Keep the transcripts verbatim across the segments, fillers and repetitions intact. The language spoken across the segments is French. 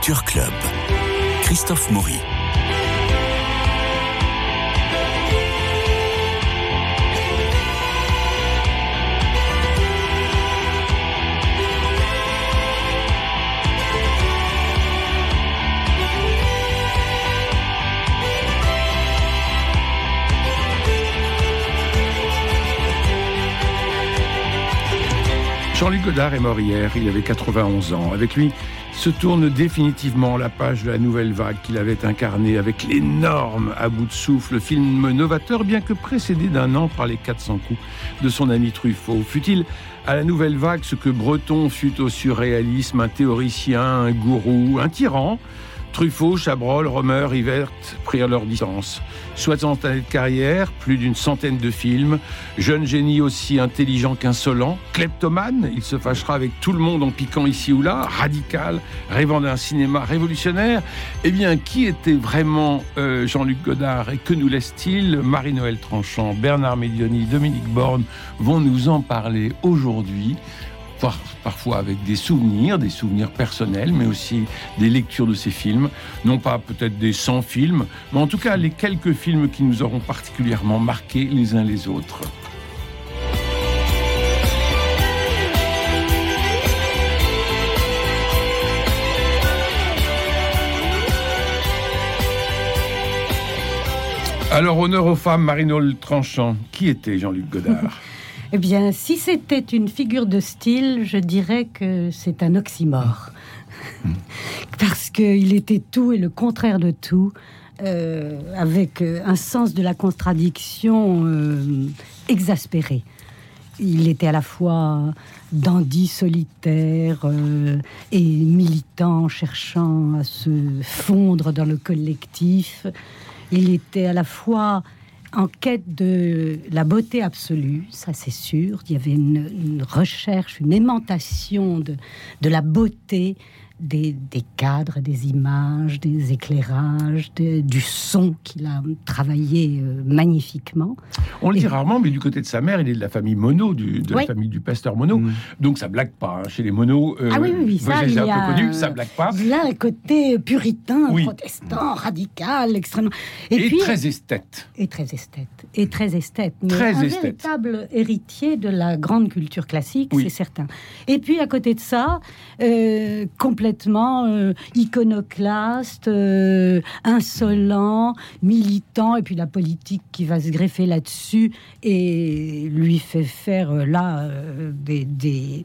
Culture Club. Christophe Maury. Jean-Luc Godard est mort hier, il avait quatre-vingt-onze ans. Avec lui se tourne définitivement la page de la nouvelle vague qu'il avait incarnée avec l'énorme À bout de souffle, film novateur bien que précédé d'un an par les quatre cents coups de son ami Truffaut. Fut-il à la nouvelle vague ce que Breton fut au surréalisme, un théoricien, un gourou, un tyran ? Truffaut, Chabrol, Romer, Yvert prirent leur distance. soixante années de carrière, plus d'une centaine de films, jeune génie aussi intelligent qu'insolent, kleptomane, il se fâchera avec tout le monde en piquant ici ou là, radical, rêvant d'un cinéma révolutionnaire. Eh bien, qui était vraiment euh, Jean-Luc Godard et que nous laisse-t-il ? Marie-Noël Tranchant, Bernard Medioni, Dominique Borne vont nous en parler aujourd'hui. Parfois avec des souvenirs, des souvenirs personnels, mais aussi des lectures de ces films. Non pas peut-être des cent films, mais en tout cas les quelques films qui nous auront particulièrement marqués les uns les autres. Alors, honneur aux femmes, Marie-Noël Tranchant, qui était Jean-Luc Godard ? Eh bien, si c'était une figure de style, je dirais que c'est un oxymore. Mmh. Parce qu'il était tout et le contraire de tout, euh, avec un sens de la contradiction euh, exaspéré. Il était à la fois dandy solitaire euh, et militant, cherchant à se fondre dans le collectif. Il était à la fois en quête de la beauté absolue, ça c'est sûr. Il y avait une, une recherche, une aimantation de, de la beauté des, des cadres, des images, des éclairages, de, du son qu'il a travaillé euh, magnifiquement. On le dit Et... rarement, mais du côté de sa mère, il est de la famille Monod, du, de oui. la famille du pasteur Monod. Mmh. Donc ça blague pas hein, chez les Monod. Euh, ah oui, oui, oui ça, il y a un a peu connu, ça blague pas. Là, un côté puritain, oui. protestant, radical, extrêmement. Et, et puis, très esthète. Et très esthète. Et très esthète. Mais très un esthète. véritable héritier de la grande culture classique, oui. c'est certain. Et puis à côté de ça, euh, complètement euh, iconoclaste, euh, insolent, militant, et puis la politique qui va se greffer là-dessus et lui fait faire euh, là euh, des, des...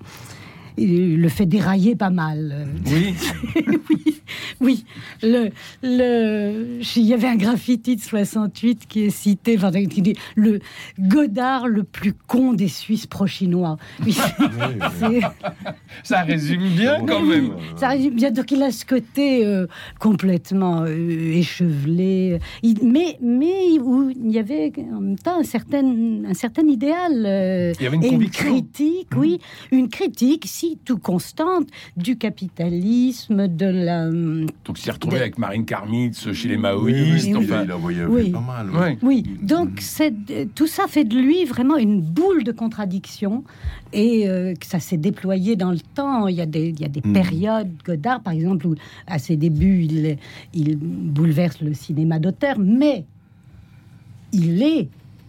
Il le fait dérailler pas mal. Oui. oui, oui. Le, le, il y avait un graffiti de soixante-huit qui est cité, enfin, qui dit le Godard le plus con des Suisses pro-chinois. Oui. Oui, oui. Ça résume bien quand même. Oui, ça résume bien. Donc il a ce côté euh, complètement euh, échevelé, il, mais mais où il y avait en même temps un certain un certain idéal. Euh, il y avait une et conviction. Une critique, mmh. oui, une critique. Tout constante du capitalisme, de la... Donc, il s'est retrouvé de... avec Marine Karmitz chez les maoïstes. Oui, oui, enfin... Il a voyagé oui. pas mal. Oui, oui. oui. Donc, c'est, tout ça fait de lui vraiment une boule de contradiction et euh, que ça s'est déployé dans le temps. Il y a des, il y a des mmh. périodes, Godard, par exemple, où à ses débuts, il, il bouleverse le cinéma d'auteur, mais il est...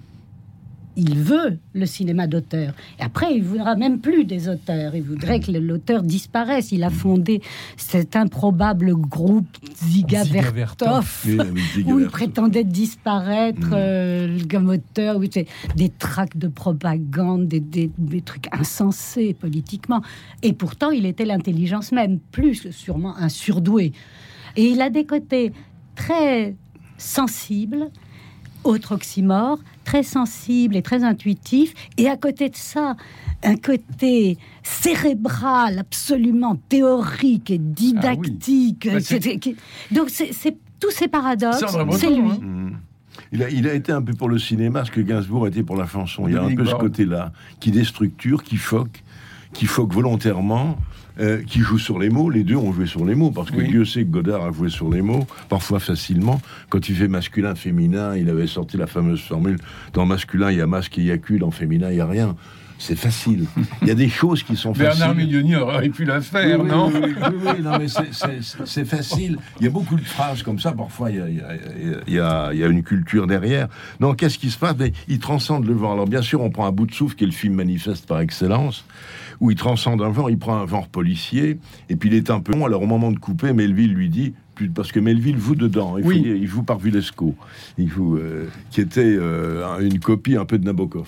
Il veut le cinéma d'auteur. Et après, il ne voudra même plus des auteurs. Il voudrait que l'auteur disparaisse. Il a fondé cet improbable groupe Ziga Vertov, oui, où il prétendait disparaître mmh. euh, comme auteur. Oui, des tracts de propagande, des, des, des trucs insensés politiquement. Et pourtant, il était l'intelligence même, plus sûrement un surdoué. Et il a des côtés très sensibles, autre oxymore, très sensible et très intuitif, et à côté de ça, un côté cérébral, absolument théorique et didactique. Ah oui. c'est... C'est... Donc c'est, c'est tous ces paradoxes, c'est, c'est lui. Hein. Mmh. Il a, il a été un peu pour le cinéma ce que Gainsbourg a été pour la chanson. Il y a un peu ce côté-là, qui déstructure, qui foque, qui foque volontairement, euh, qui joue sur les mots. Les deux ont joué sur les mots, parce que oui. Dieu sait que Godard a joué sur les mots, parfois facilement. Quand il fait masculin, féminin, il avait sorti la fameuse formule, dans masculin, il y a masque et il y a cul, dans féminin, il n'y a rien. c'est facile. Il y a des choses qui sont Bernard faciles. Milioni aurait pu la faire, oui, non oui, oui, oui, oui, non, mais c'est, c'est, c'est facile. Il y a beaucoup de phrases comme ça. Parfois, il y a, il y a, il y a, il y a une culture derrière. Non, qu'est-ce qui se passe? Mais il transcende le vent. Alors, bien sûr, on prend Un bout de souffle, qui est le film manifeste par excellence, où il transcende un genre, il prend un genre policier, et puis il est un peu long. Alors, au moment de couper, Melville lui dit, parce que Melville joue dedans, il, faut oui. dire, il joue par Vulesco, il joue, euh, qui était euh, une copie un peu de Nabokov.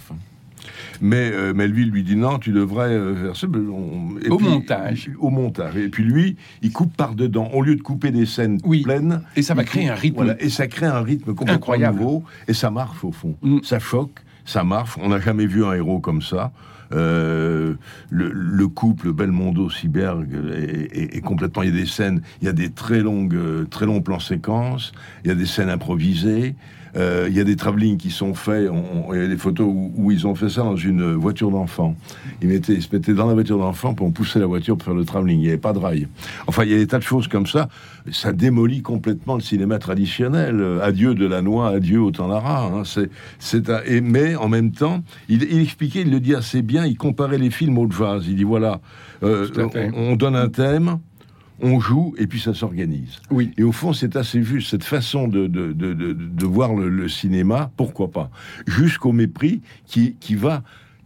Mais euh, Melville lui dit non, tu devrais euh, faire ça. On, et au puis, montage. Au montage. Et puis lui, il coupe par dedans, au lieu de couper des scènes oui. pleines. Et ça va coupe, créer un rythme. Voilà, et ça crée un rythme complètement incroyable. nouveau. Et ça marche au fond. Mm. Ça choque, ça marche. On n'a jamais vu un héros comme ça. Euh, le, le couple Belmondo-Cyberg est, est, est complètement. Il y a des scènes, il y a des très longues, très longs plans séquences. Il y a des scènes improvisées. Euh, il y a des travelling qui sont faits. On, il y a des photos où, où ils ont fait ça dans une voiture d'enfant. Ils, mettaient, ils se mettaient dans la voiture d'enfant pour pousser la voiture pour faire le travelling. Il n'y avait pas de rail. Enfin, il y a des tas de choses comme ça. Ça démolit complètement le cinéma traditionnel. Adieu Delannoy, adieu Autant-Lara. Hein. C'est, c'est un, et, mais en même temps, il, il expliquait, il le dit assez bien. Il comparait les films au vase. Il dit voilà, euh, on, on donne un thème. On joue et puis ça s'organise. Oui. Et au fond, c'est assez juste, cette façon de, de, de, de, de voir le, le cinéma, pourquoi pas, jusqu'au mépris qui, qui va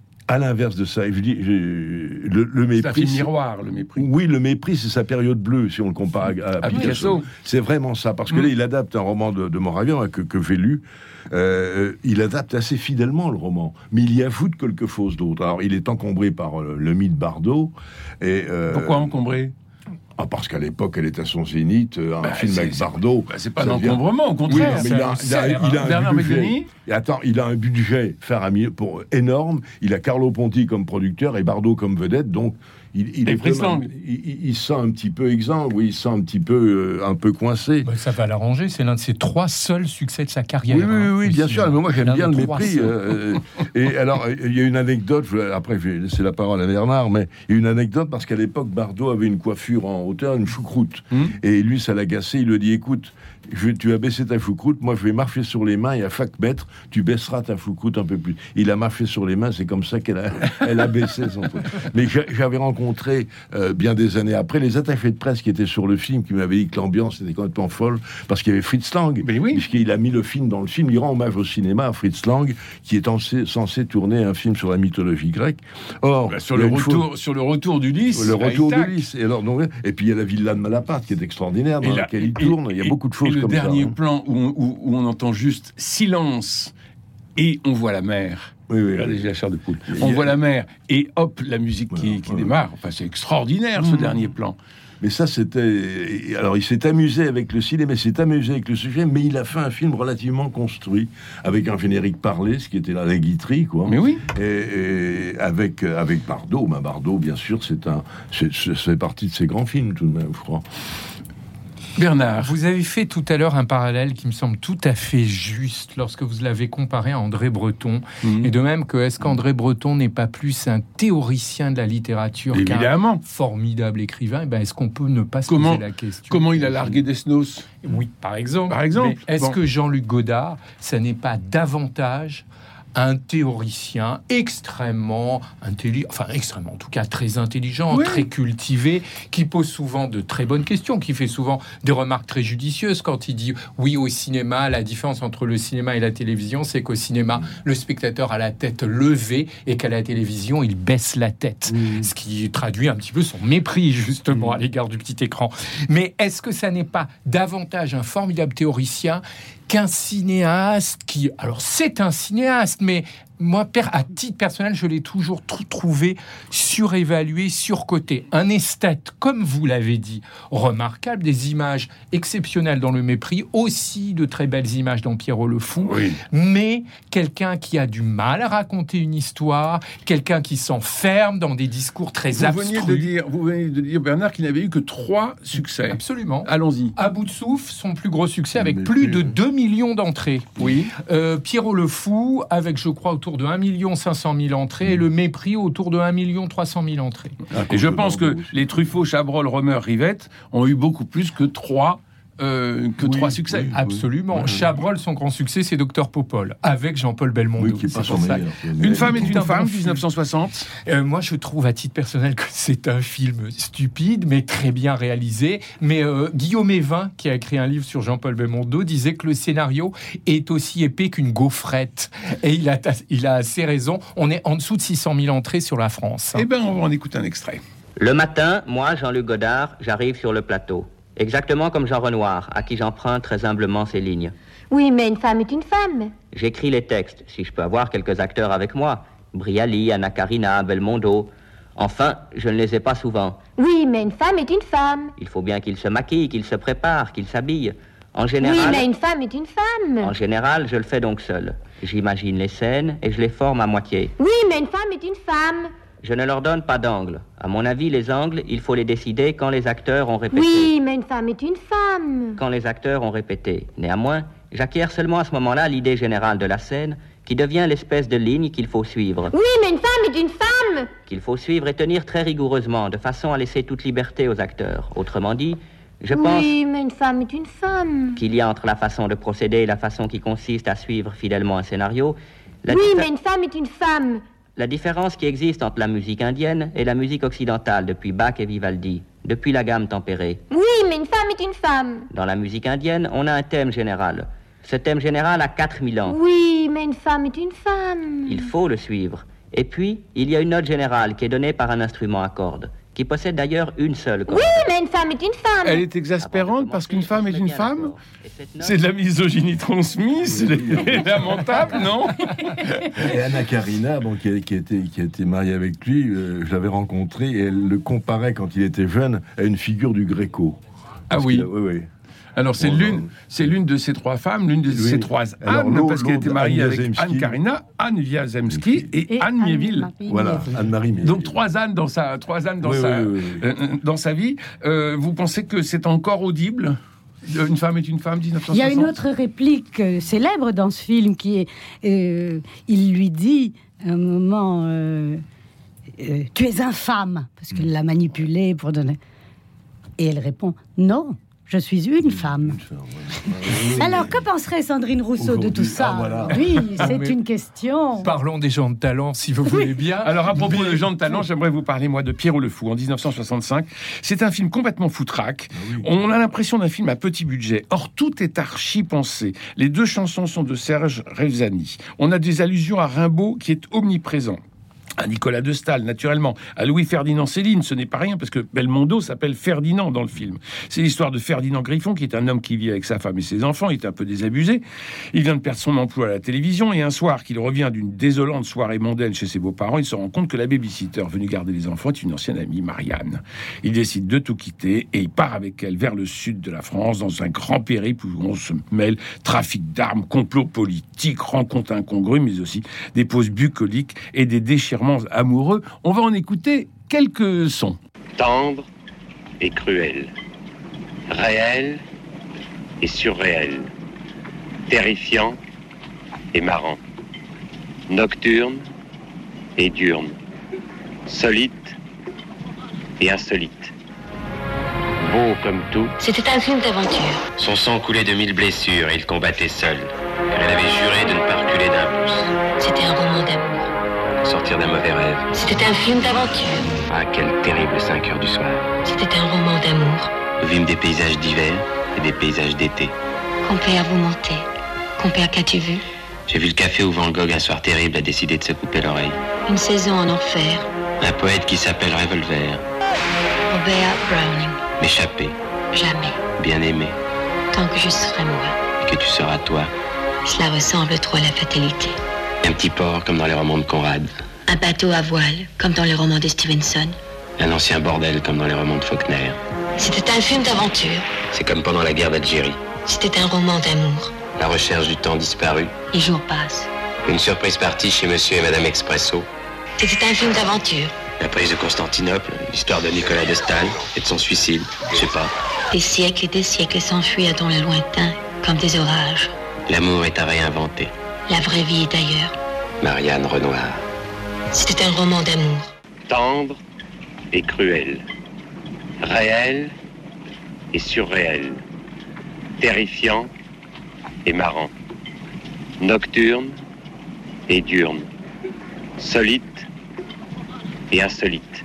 à l'inverse de ça. Et je dis, je, le, le mépris. C'est un film miroir, le mépris. Oui, le mépris, c'est sa période bleue, si on le compare à, à, à Picasso. Picasso. C'est vraiment ça, parce que mmh. là, il adapte un roman de, de Moravia que, que j'ai lu. Euh, il adapte assez fidèlement le roman, mais il y ajoute quelque chose d'autre. Alors, il est encombré par le, le mythe Bardot. Et, euh, pourquoi encombré? Ah, parce qu'à l'époque, elle est à son zénith, un bah, film avec c'est, Bardot. Bah, c'est pas un encombrement, au contraire. Oui, mais il a, il a, il a un Bernard budget. Et attends, il a un budget faramineux, pour énorme. Il a Carlo Ponti comme producteur et Bardot comme vedette, donc il, il, et est même, il, il sent un petit peu exempt, oui, il sent un petit peu, euh, un peu coincé. Bah, ça va l'arranger, c'est l'un de ses trois seuls succès de sa carrière. Oui, oui, oui, oui bien aussi, sûr, mais moi j'aime bien le mépris. Euh, et alors, il y a une anecdote, après je vais laisser la parole à Bernard, mais il y a une anecdote parce qu'à l'époque, Bardot avait une coiffure en hauteur, une choucroute. Hum. Et lui, ça l'a agacé, il lui dit, écoute, je, tu as baissé ta choucroute, moi je vais marcher sur les mains et à chaque mètre, tu baisseras ta choucroute un peu plus. Il a marché sur les mains, c'est comme ça qu'elle a, elle a baissé son truc. Mais j'avais rencontré, euh, bien des années après, les attachés de presse qui étaient sur le film, qui m'avaient dit que l'ambiance était complètement folle, parce qu'il y avait Fritz Lang, mais oui. puisqu'il a mis le film dans le film, il rend hommage au cinéma à Fritz Lang, qui est censé, censé tourner un film sur la mythologie grecque. Or, bah, sur, le retour, sur le retour d'Ulysse. Le retour d'Ulysse. Et, alors, donc, et puis il y a la villa de Malaparte, qui est extraordinaire, dans et laquelle il tourne, il y a et, beaucoup de choses. Et le comme dernier ça, hein. plan où on, où, où on entend juste silence et on voit la mer. Oui, oui, là, oui. j'ai la chair de poule. On a... voit la mer et hop, la musique qui, ouais, qui ouais. démarre. Enfin, c'est extraordinaire, ce mmh. dernier plan. Mais ça, c'était... Alors, il s'est amusé avec le cinéma, il s'est amusé avec le sujet, mais il a fait un film relativement construit, avec un générique parlé, ce qui était là, la Guitry, quoi. Mais oui. Et, et avec, avec Bardot. Ben, Bardot, bien sûr, c'est un... C'est, c'est partie de ses grands films, tout de même, je crois. Bernard, vous avez fait tout à l'heure un parallèle qui me semble tout à fait juste lorsque vous l'avez comparé à André Breton. Mmh. Et de même que est-ce qu'André Breton n'est pas plus un théoricien de la littérature Évidemment. qu'un formidable écrivain? Et ben, est-ce qu'on peut ne pas se comment, poser la question? Comment il a largué Desnos? Oui, par exemple. Par exemple. Mais est-ce bon. que Jean-Luc Godard, ça n'est pas davantage un théoricien extrêmement intelligent, enfin extrêmement, en tout cas très intelligent, oui. très cultivé, qui pose souvent de très bonnes questions, qui fait souvent des remarques très judicieuses quand il dit oui au cinéma, la différence entre le cinéma et la télévision, c'est qu'au cinéma, le spectateur a la tête levée et qu'à la télévision, il baisse la tête, mmh. ce qui traduit un petit peu son mépris justement mmh. à l'égard du petit écran. Mais est-ce que ça n'est pas davantage un formidable théoricien qu'un cinéaste qui... Alors, c'est un cinéaste, mais moi, à titre personnel, je l'ai toujours t- trouvé surévalué, surcoté. Un esthète, comme vous l'avez dit, remarquable, des images exceptionnelles dans Le Mépris, aussi de très belles images dans Pierrot le Fou, oui. mais quelqu'un qui a du mal à raconter une histoire, quelqu'un qui s'enferme dans des discours très vous abstrus. Veniez de dire, vous venez de dire, Bernard, qu'il n'avait eu que trois succès. Absolument. Allons-y. À bout de souffle, son plus gros succès, avec plus de deux millions d'entrées. Oui. Euh, Pierrot le Fou, avec, je crois, autour de un million cinq cent mille entrées, mmh. et Le Mépris autour de un million trois cent mille entrées. Et je pense que les Truffaut, Chabrol, Romer, Rivette ont eu beaucoup plus que trois euh, que oui, trois succès. Oui, absolument. Oui. Chabrol, son grand succès, c'est Docteur Popol, avec Jean-Paul Belmondo. Oui, qui est pas son meilleur. Une femme est une femme, dix-neuf cent soixante. Euh, moi, je trouve à titre personnel que c'est un film stupide, mais très bien réalisé. Mais euh, Guillaume Evin, qui a écrit un livre sur Jean-Paul Belmondo, disait que le scénario est aussi épais qu'une gaufrette. Et il a, il a assez raison. On est en dessous de six cent mille entrées sur la France. Eh bien, on va en écouter un extrait. Le matin, moi, Jean-Luc Godard, j'arrive sur le plateau. Exactement comme Jean Renoir, à qui j'emprunte très humblement ces lignes. Oui, mais une femme est une femme. J'écris les textes, si je peux avoir quelques acteurs avec moi. Brialy, Anna Karina, Belmondo. Enfin, je ne les ai pas souvent. Oui, mais une femme est une femme. Il faut bien qu'ils se maquillent, qu'ils se préparent, qu'ils s'habillent. En général... Oui, mais une femme est une femme. En général, je le fais donc seul. J'imagine les scènes et je les forme à moitié. Oui, mais une femme est une femme. Je ne leur donne pas d'angle. À mon avis, les angles, il faut les décider quand les acteurs ont répété. Oui, mais une femme est une femme. Quand les acteurs ont répété. Néanmoins, j'acquiers seulement à ce moment-là l'idée générale de la scène, qui devient l'espèce de ligne qu'il faut suivre. Oui, mais une femme est une femme. Qu'il faut suivre et tenir très rigoureusement, de façon à laisser toute liberté aux acteurs. Autrement dit, je pense... Oui, mais une femme est une femme. Qu'il y a entre la façon de procéder et la façon qui consiste à suivre fidèlement un scénario... La oui, diffé... mais une femme est une femme. La différence qui existe entre la musique indienne et la musique occidentale depuis Bach et Vivaldi, depuis la gamme tempérée. Oui, mais une femme est une femme. Dans la musique indienne, on a un thème général. Ce thème général a quatre mille ans. Oui, mais une femme est une femme. Il faut le suivre. Et puis, il y a une note générale qui est donnée par un instrument à cordes, qui possède d'ailleurs une seule corde. Oui, mais une femme est une femme. Elle est exaspérante parce qu'une femme est une femme. C'est de la misogynie transmise, c'est lamentable, non? Et Anna Karina, bon, qui, a, qui, a été, qui a été mariée avec lui, euh, je l'avais rencontré et elle le comparait quand il était jeune à une figure du Gréco. Ah oui. A, oui, oui. Alors c'est bon, l'une, alors, c'est l'une de ces trois femmes, l'une de oui. ces trois Anne, alors, parce qu'elle était mariée avec Anne Karina, Anne Wiazemski et, et Anne Mieville. Voilà, Anne-Marie Mieville. Donc trois Anne dans sa, trois Anne dans oui, sa, oui, oui, oui. Euh, dans sa vie. Euh, vous pensez que c'est encore audible? Une femme est une femme, dix-neuf cent soixante. Il y a une autre réplique euh, célèbre dans ce film qui est, euh, il lui dit à un moment, euh, euh, tu es infâme, parce qu'il l'a manipulée pour donner. Et elle répond, non. Je suis une femme. Alors, que penserait Sandrine Rousseau de tout ça? Ah, voilà. Oui, c'est une question. Parlons des gens de talent, si vous voulez bien. Alors, à propos de gens de talent, j'aimerais vous parler, moi, de Pierrot le Fou, en dix-neuf cent soixante-cinq. C'est un film complètement foutraque. Ah oui. On a l'impression d'un film à petit budget. Or, tout est archi pensé. Les deux chansons sont de Serge Rezani. On a des allusions à Rimbaud qui est omniprésent. À Nicolas de Staël, naturellement, à Louis-Ferdinand Céline, ce n'est pas rien, parce que Belmondo s'appelle Ferdinand dans le film. C'est l'histoire de Ferdinand Griffon, qui est un homme qui vit avec sa femme et ses enfants, il est un peu désabusé, il vient de perdre son emploi à la télévision, et un soir qu'il revient d'une désolante soirée mondaine chez ses beaux-parents, il se rend compte que la baby-sitter venue garder les enfants est une ancienne amie, Marianne. Il décide de tout quitter, et il part avec elle vers le sud de la France, dans un grand périple où on se mêle trafic d'armes, complot politique, rencontres incongrues, mais aussi des pauses bucoliques et des déchirements amoureux. On va en écouter quelques sons. Tendre et cruel, réel et surréel, terrifiant et marrant, nocturne et diurne, solide et insolite, beau comme tout. C'était un film d'aventure. Son sang coulait de mille blessures et il combattait seul, car elle avait juré de ne pas reculer d'un pouce. C'était un roman d'amour. Sortir d'un mauvais rêve. C'était un film d'aventure. Ah, quelle terrible cinq heures du soir. C'était un roman d'amour. Nous vîmes des paysages d'hiver et des paysages d'été. Compère, vous mentez. Compère, qu'as-tu vu? J'ai vu le café où Van Gogh, un soir terrible, a décidé de se couper l'oreille. Une saison en enfer. Un poète qui s'appelle Revolver. Robert Browning. M'échapper. Jamais. Bien aimé. Tant que je serai moi. Et que tu seras toi. Cela ressemble trop à la fatalité. Un petit port comme dans les romans de Conrad. Un bateau à voile comme dans les romans de Stevenson. Un ancien bordel comme dans les romans de Faulkner. C'était un film d'aventure. C'est comme pendant la guerre d'Algérie. C'était un roman d'amour. La recherche du temps disparu. Les jours passent. Une surprise partie chez Monsieur et Madame Expresso. C'était un film d'aventure. La prise de Constantinople, l'histoire de Nicolas de Staël et de son suicide, je sais pas. Des siècles et des siècles s'enfuient dans le lointain comme des orages. L'amour est à réinventer. La vraie vie est ailleurs. Marianne Renoir. C'était un roman d'amour. Tendre et cruel. Réel et surréel. terrifiant et marrant, nocturne et diurne, solide et insolite,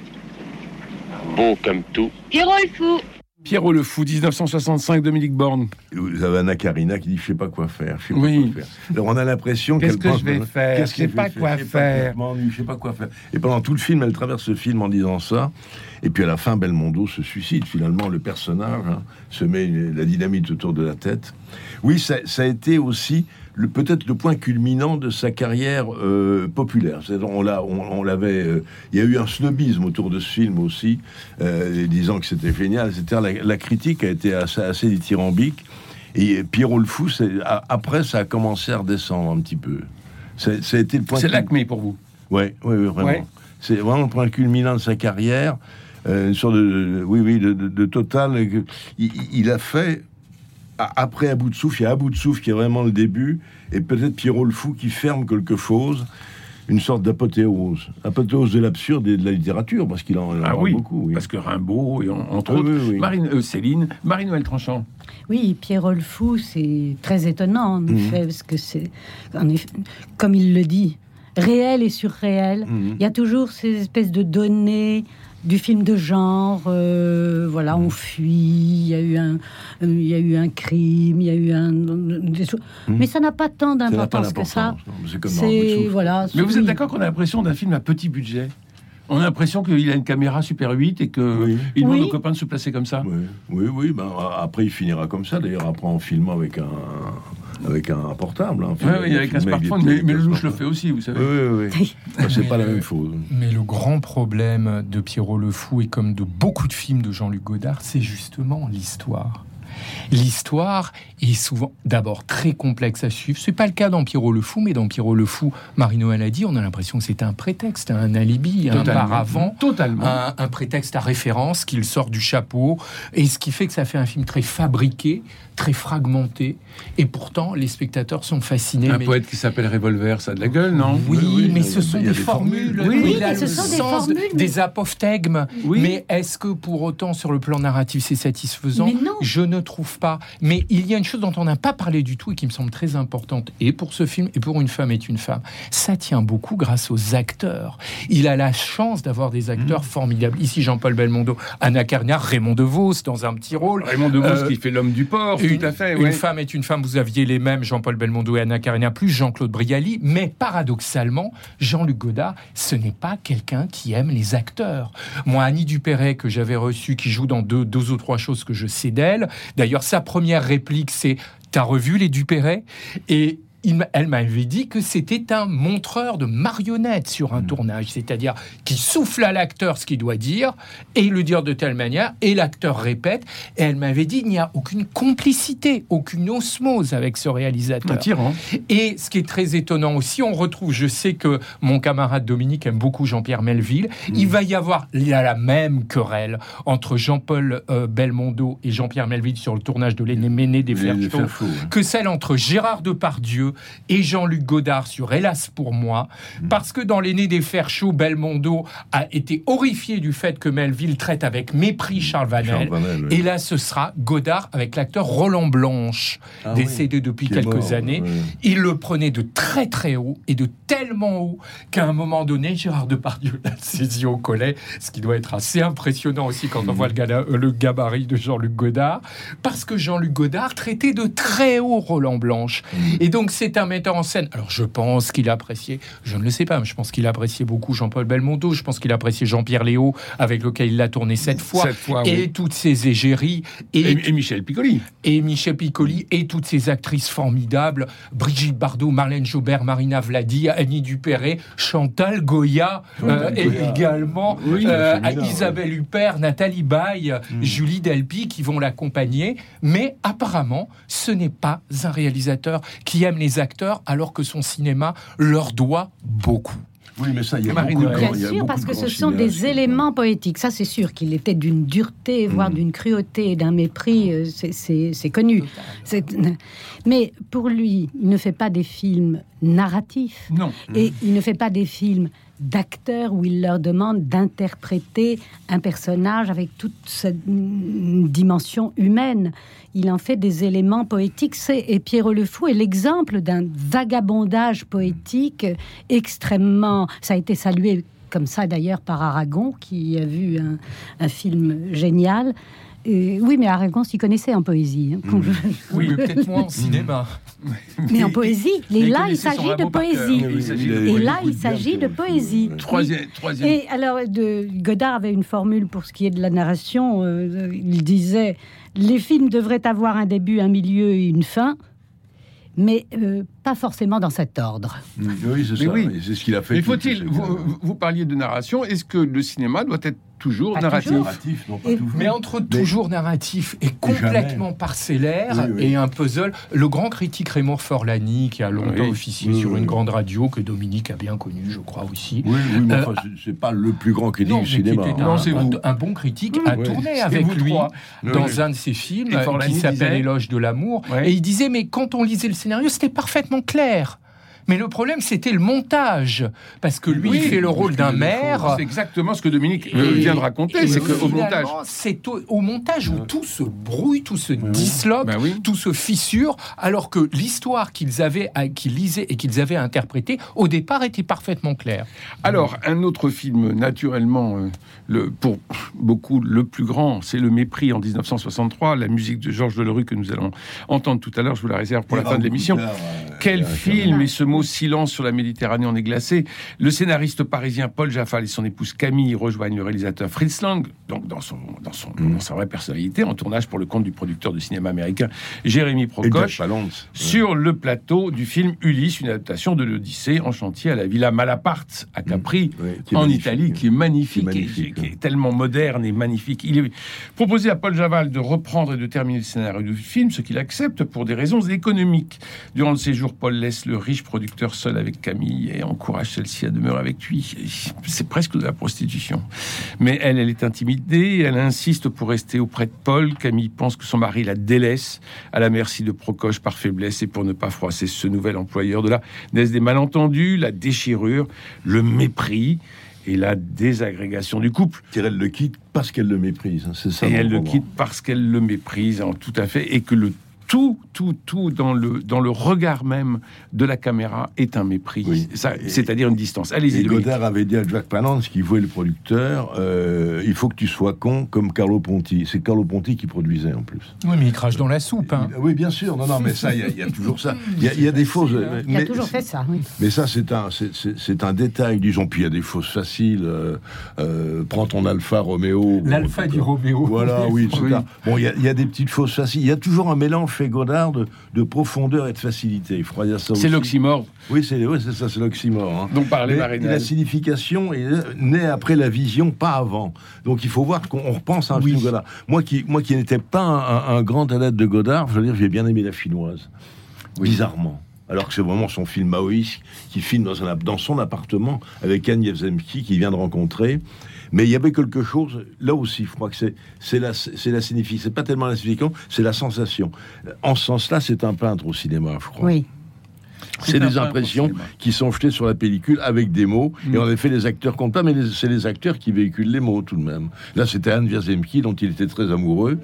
beau comme tout. Pierrot le fou. Pierrot le fou, dix-neuf cent soixante-cinq, Dominique Borne. Vous avez Anna Karina qui dit « je sais pas quoi faire, je sais pas Oui. quoi faire ». Alors on a l'impression Qu'est-ce qu'elle que pense... je vais faire Qu'est-ce Je sais que pas vais quoi Je sais faire. pas, je sais pas quoi faire. Et pendant tout le film, elle traverse le film en disant ça. Et puis à la fin, Belmondo se suicide. Finalement, le personnage hein, se met une, la dynamite autour de la tête. Oui, ça, ça a été aussi... Le, peut-être le point culminant de sa carrière euh, populaire. C'est-à-dire, on, l'a, on, on l'avait... Euh, il y a eu un snobisme autour de ce film aussi, euh, disant que c'était génial, et cetera. La, la critique a été assez, assez dithyrambique. Et Pierrot le fou, c'est, a, après, ça a commencé à redescendre un petit peu. C'est, ça a été le point... C'est cul... l'acmé pour vous. Oui, ouais, ouais, vraiment. Ouais. C'est vraiment le point culminant de sa carrière. Euh, une sorte de... Oui, oui, de, de, de total... Il, il a fait... Après À bout de souffle, il y a À bout de souffle qui est vraiment le début, et peut-être Pierrot le fou qui ferme quelque chose, une sorte d'apothéose, apothéose de l'absurde et de la littérature, parce qu'il en, en ah a oui, beaucoup. Oui, parce que Rimbaud, et en, entre ah, autres, oui, oui. Marine, euh, Céline, Marie-Noël Tranchant. Oui, Pierrot le fou, c'est très étonnant, en mmh. effet, parce que c'est, en effet, comme il le dit, réel et surréel. Mmh. Il y a toujours ces espèces de données du film de genre, euh, voilà, on fuit, il y a eu un, il y a eu un crime, il y a eu un, des choses, mmh. mais ça n'a pas tant d'importance que ça. Non, c'est comme c'est, voilà. Mais vous êtes d'accord qu'on a l'impression d'un film à petit budget ? On a l'impression qu'il a une caméra Super huit et qu'il oui. demande oui. aux copains de se placer comme ça. Oui, oui, oui. Ben, après, il finira comme ça. D'ailleurs, après, en filmant avec un, avec un portable. Hein, oui, oui, avec un smartphone. Mais, mais Lelouch le fait aussi, vous savez. Oui, oui, oui. Ben, c'est pas le, la même chose. Mais le grand problème de Pierrot le fou, et comme de beaucoup de films de Jean-Luc Godard, c'est justement l'histoire. L'histoire est souvent d'abord très complexe à suivre. C'est pas le cas dans Pierrot le fou, mais dans Pierrot le fou, Marie-Noël a dit, on a l'impression que c'est un prétexte, un alibi, totalement, un paravent, totalement. Un, un prétexte à référence qu'il sort du chapeau, et ce qui fait que ça fait un film très fabriqué, très fragmenté, et pourtant les spectateurs sont fascinés. Un mais... poète qui s'appelle Revolver, ça a de la gueule, non ? Oui, oui, oui, mais il ce sont des, des formules, formules. Oui, il a ce le sont des sens formules, de, mais... des apophthegmes. Oui. Mais est-ce que pour autant, sur le plan narratif, c'est satisfaisant ? Mais non. Je ne trouve pas. Mais il y a une chose dont on n'a pas parlé du tout et qui me semble très importante, et pour ce film, et pour Une femme est une femme. Ça tient beaucoup grâce aux acteurs. Il a la chance d'avoir des acteurs mmh. formidables. Ici, Jean-Paul Belmondo, Anna Karina, Raymond DeVos dans un petit rôle. Raymond DeVos euh, qui fait l'homme du port, une, tout à fait. Une ouais. femme est une femme, vous aviez les mêmes, Jean-Paul Belmondo et Anna Karina, plus Jean-Claude Brialy, mais paradoxalement, Jean-Luc Godard, ce n'est pas quelqu'un qui aime les acteurs. Moi, Annie Dupéret, que j'avais reçue, qui joue dans deux, deux ou trois choses que je sais d'elle, d'ailleurs, sa première réplique, c'est « T'as revu les Dupéret ?» Et il, elle m'avait dit que c'était un montreur de marionnettes sur un mmh. tournage, c'est-à-dire qui souffle à l'acteur ce qu'il doit dire et le dire de telle manière, et l'acteur répète. Et elle m'avait dit il n'y a aucune complicité, aucune osmose avec ce réalisateur. Un tyran. Et ce qui est très étonnant aussi, on retrouve, je sais que mon camarade Dominique aime beaucoup Jean-Pierre Melville, mmh. il va y avoir il y a la même querelle entre Jean-Paul euh, Belmondo et Jean-Pierre Melville sur le tournage de L'Aîné des Fers chauds, que celle entre Gérard Depardieu et Jean-Luc Godard sur Hélas pour moi, mmh. parce que dans L'Aîné des Fers chauds, Belmondo a été horrifié du fait que Melville traite avec mépris Charles Vanel, Charles Vanel oui. et là ce sera Godard avec l'acteur Roland Blanche, ah, décédé oui. depuis Qui quelques années. Oui. Il le prenait de très très haut, et de tellement haut qu'à un moment donné, Gérard Depardieu l'a saisi au collet, ce qui doit être assez impressionnant aussi quand mmh. on voit le, gala, le gabarit de Jean-Luc Godard, parce que Jean-Luc Godard traitait de très haut Roland Blanche. Mmh. Et donc c'est C'est un metteur en scène. Alors, je pense qu'il appréciait, je ne le sais pas, mais je pense qu'il appréciait beaucoup Jean-Paul Belmondo. Je pense qu'il appréciait Jean-Pierre Léaud, avec lequel il l'a tourné sept fois. Sept fois et oui. toutes ses égéries. Et, et, et Michel Piccoli. Et Michel Piccoli. Et toutes ces actrices formidables. Brigitte Bardot, Marlène Jobert, Marina Vladi, Annie Dupéret, Chantal Goya, euh, et Goya. également oui, euh, Isabelle ouais. Huppert, Nathalie Baye, mmh. Julie Delpy, qui vont l'accompagner. Mais apparemment, ce n'est pas un réalisateur qui aime les acteurs, alors que son cinéma leur doit beaucoup. Oui, mais ça, il y a Marine, beaucoup de bien grands, sûr, parce que ce sont cinéastes. des éléments poétiques. Ça, c'est sûr qu'il était d'une dureté, voire mmh. d'une cruauté, d'un mépris. C'est, c'est, c'est connu. C'est... Mais pour lui, il ne fait pas des films narratif. Non. Et il ne fait pas des films d'acteurs où il leur demande d'interpréter un personnage avec toute cette dimension humaine. Il en fait des éléments poétiques. C'est, et Pierrot le Fou est l'exemple d'un vagabondage poétique extrêmement... Ça a été salué comme ça d'ailleurs par Aragon, qui a vu un, un film génial. Et, oui, mais Aragon s'y connaissait en poésie. Hein, mmh. je... Oui, peut-être moins en cinéma. Mais en poésie. Et là, il s'agit de poésie. Et là, il s'agit de poésie. Troisième, troisième. Et alors, de, Godard avait une formule pour ce qui est de la narration. Euh, il disait, les films devraient avoir un début, un milieu et une fin, mais euh, pas forcément dans cet ordre. Mmh. Oui, c'est ça. Oui. C'est ce qu'il a fait. Mais faut-il... Vous, vous parliez de narration. Est-ce que le cinéma doit être toujours pas narratif, toujours. narratif non, pas et, toujours. Mais entre mais toujours narratif et complètement jamais. parcellaire oui, oui. et un puzzle, le grand critique Raymond Forlani, qui a longtemps oui. officié oui, sur oui, une oui. grande radio, que Dominique a bien connue, je crois aussi. Oui, oui mais euh, enfin, c'est pas le plus grand critique du cinéma. Hein. Non, c'est un, un bon critique, oui, a oui. tourné avec lui trois. dans oui. un de ses films qui s'appelle disait... Éloge de l'amour. Oui. Et il disait, mais quand on lisait le scénario, c'était parfaitement clair. Mais le problème, c'était le montage. Parce que lui, oui, il fait le rôle d'un maire. C'est exactement ce que Dominique et, vient de raconter. C'est qu'au montage... C'est au, au montage où tout se brouille, tout se disloque, ben oui. tout se fissure, alors que l'histoire qu'ils avaient, qu'ils lisaient et qu'ils avaient interprétée, au départ, était parfaitement claire. Alors, un autre film, naturellement, euh, le, pour beaucoup, le plus grand, c'est Le Mépris en dix-neuf cent soixante-trois, la musique de Georges Delerue que nous allons entendre tout à l'heure. Je vous la réserve pour et la fin de l'émission. Tard, euh, Quel film et ce mot silence sur la Méditerranée en est glacé. Le scénariste parisien Paul Jaffal et son épouse Camille rejoignent le réalisateur Fritz Lang, donc dans, son, dans, son, mmh. dans sa vraie personnalité, en tournage pour le compte du producteur de cinéma américain Jérémy Procoche, sur ouais. le plateau du film Ulysse, une adaptation de l'Odyssée en chantier à la Villa Malaparte à Capri, mmh. ouais, en Italie, qui est magnifique, qui est, magnifique, et, qui est tellement moderne et magnifique. Il est proposé à Paul Jaffal de reprendre et de terminer le scénario du film, ce qu'il accepte pour des raisons économiques. Durant le séjour, Paul laisse le riche producteur seul avec Camille et encourage celle-ci à demeurer avec lui. C'est presque de la prostitution. Mais elle, elle est intimidée, elle insiste pour rester auprès de Paul. Camille pense que son mari la délaisse à la merci de Procoche par faiblesse et pour ne pas froisser ce nouvel employeur. De là naissent des malentendus, la déchirure, le mépris et la désagrégation du couple. Elle le quitte parce qu'elle le méprise. C'est ça. Et elle le quitte parce qu'elle le méprise, en tout à fait, et que le Tout, tout, tout dans le, dans le regard même de la caméra est un mépris. Oui. Ça, c'est-à-dire une distance. Allez-y. Et Godard avait dit à Jack Palance, qui jouait le producteur, euh, il faut que tu sois con comme Carlo Ponti. C'est Carlo Ponti qui produisait en plus. Oui, mais il crache dans la soupe. Hein. Il, oui, bien sûr. Non, non, mais ça, il y, y a toujours ça. Il y, y a des fausses. Il mais, a toujours fait ça. Oui. Mais ça, c'est un, c'est, c'est, c'est un détail. Disons, puis il y a des fausses faciles. Euh, euh, prends ton Alfa Romeo. L'Alfa du Romeo. Voilà, oui. oui. Bon, il y, y a des petites fausses faciles. Il y a toujours un mélange fait Godard de, de profondeur et de facilité. Il faudra dire ça. C'est aussi. l'oxymore. Oui, c'est, oui, c'est ça, c'est l'oxymore. Hein. Donc par les Marinelles. La signification est née après la vision, pas avant. Donc il faut voir qu'on repense à un oui. film Godard. Moi qui, moi qui n'étais pas un, un grand adepte de Godard, je veux dire, j'ai bien aimé La Finnoise. Oui. Bizarrement. Alors que c'est vraiment son film maoïste qui filme dans, un, dans son appartement avec Anne Yevzemski qu'il vient de rencontrer. Mais il y avait quelque chose, là aussi, je crois que c'est, c'est, la, c'est la signification. C'est pas tellement la signification, c'est la sensation. En ce sens-là, c'est un peintre au cinéma, je crois. Oui. C'est, c'est des impressions qui sont jetées sur la pellicule avec des mots. Mmh. Et en effet, les acteurs comptent pas, mais les, c'est les acteurs qui véhiculent les mots tout de même. Là, c'était Anne Wierzemski, dont il était très amoureux.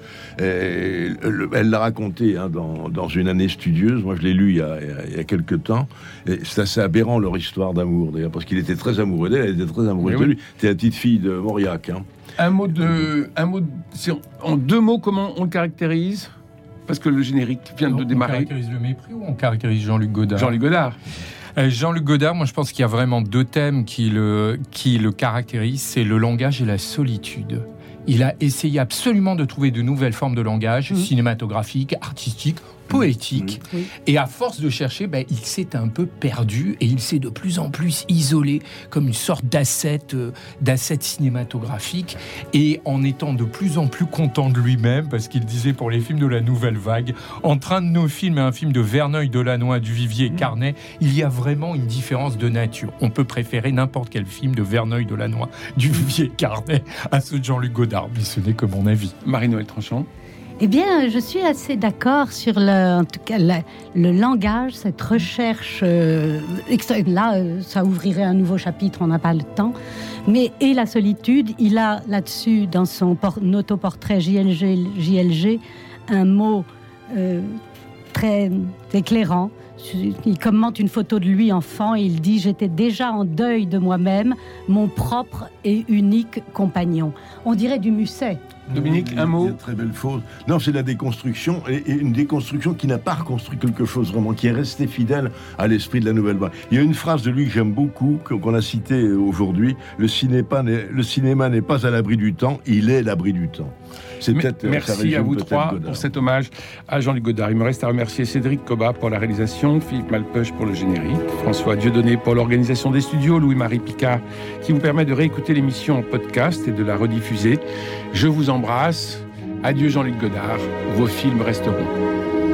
Et elle l'a raconté hein, dans, dans une année studieuse. Moi, je l'ai lu il y a, il y a quelque temps. Et c'est assez aberrant leur histoire d'amour, d'ailleurs, parce qu'il était très amoureux d'elle, elle était très amoureuse de lui. C'était la petite fille de Mauriac. Hein. Un mot de, un mot de, en deux mots, comment on le caractérise ? Parce que le générique vient de on démarrer. On caractérise Le Mépris ou on caractérise Jean-Luc Godard ? Jean-Luc Godard. Euh, Jean-Luc Godard, moi je pense qu'il y a vraiment deux thèmes qui le, qui le caractérisent, c'est le langage et la solitude. Il a essayé absolument de trouver de nouvelles formes de langage, mmh. cinématographiques, artistiques, poétique, mmh. oui. et à force de chercher, ben, il s'est un peu perdu et il s'est de plus en plus isolé comme une sorte d'asset, euh, d'asset cinématographique, et en étant de plus en plus content de lui-même, parce qu'il disait pour les films de la Nouvelle Vague, entre un de nos films et un film de Verneuil-Delannoy, Duvivier et Carnet, il y a vraiment une différence de nature. On peut préférer n'importe quel film de Verneuil-Delannoy, Duvivier et Carnet à ceux de Jean-Luc Godard, mais ce n'est que mon avis. Marie-Noël Tranchant. Eh bien, je suis assez d'accord sur le, en tout cas, la, le langage, cette recherche. Euh, extra- là, euh, ça ouvrirait un nouveau chapitre, on n'a pas le temps. Mais et la solitude, il a là-dessus, dans son por- autoportrait J L G, J L G, un mot euh, très éclairant. Il commente une photo de lui enfant et il dit « J'étais déjà en deuil de moi-même, mon propre et unique compagnon ». On dirait du Musset. Dominique, un mot. Une très belle faute. Non, c'est la déconstruction, et, et une déconstruction qui n'a pas reconstruit quelque chose vraiment, qui est resté fidèle à l'esprit de la nouvelle vague. Il y a une phrase de lui que j'aime beaucoup, qu'on a citée aujourd'hui, le cinéma, n'est, le cinéma n'est pas à l'abri du temps, il est l'abri du temps. C'est Mais, peut-être, merci à vous trois Godard. Pour cet hommage à Jean-Luc Godard. Il me reste à remercier Cédric Cobat pour la réalisation, Philippe Malpeuch pour le générique, François Dieudonné pour l'organisation des studios, Louis-Marie Picard qui vous permet de réécouter l'émission en podcast et de la rediffuser. Je vous embrasse. Adieu Jean-Luc Godard, vos films resteront.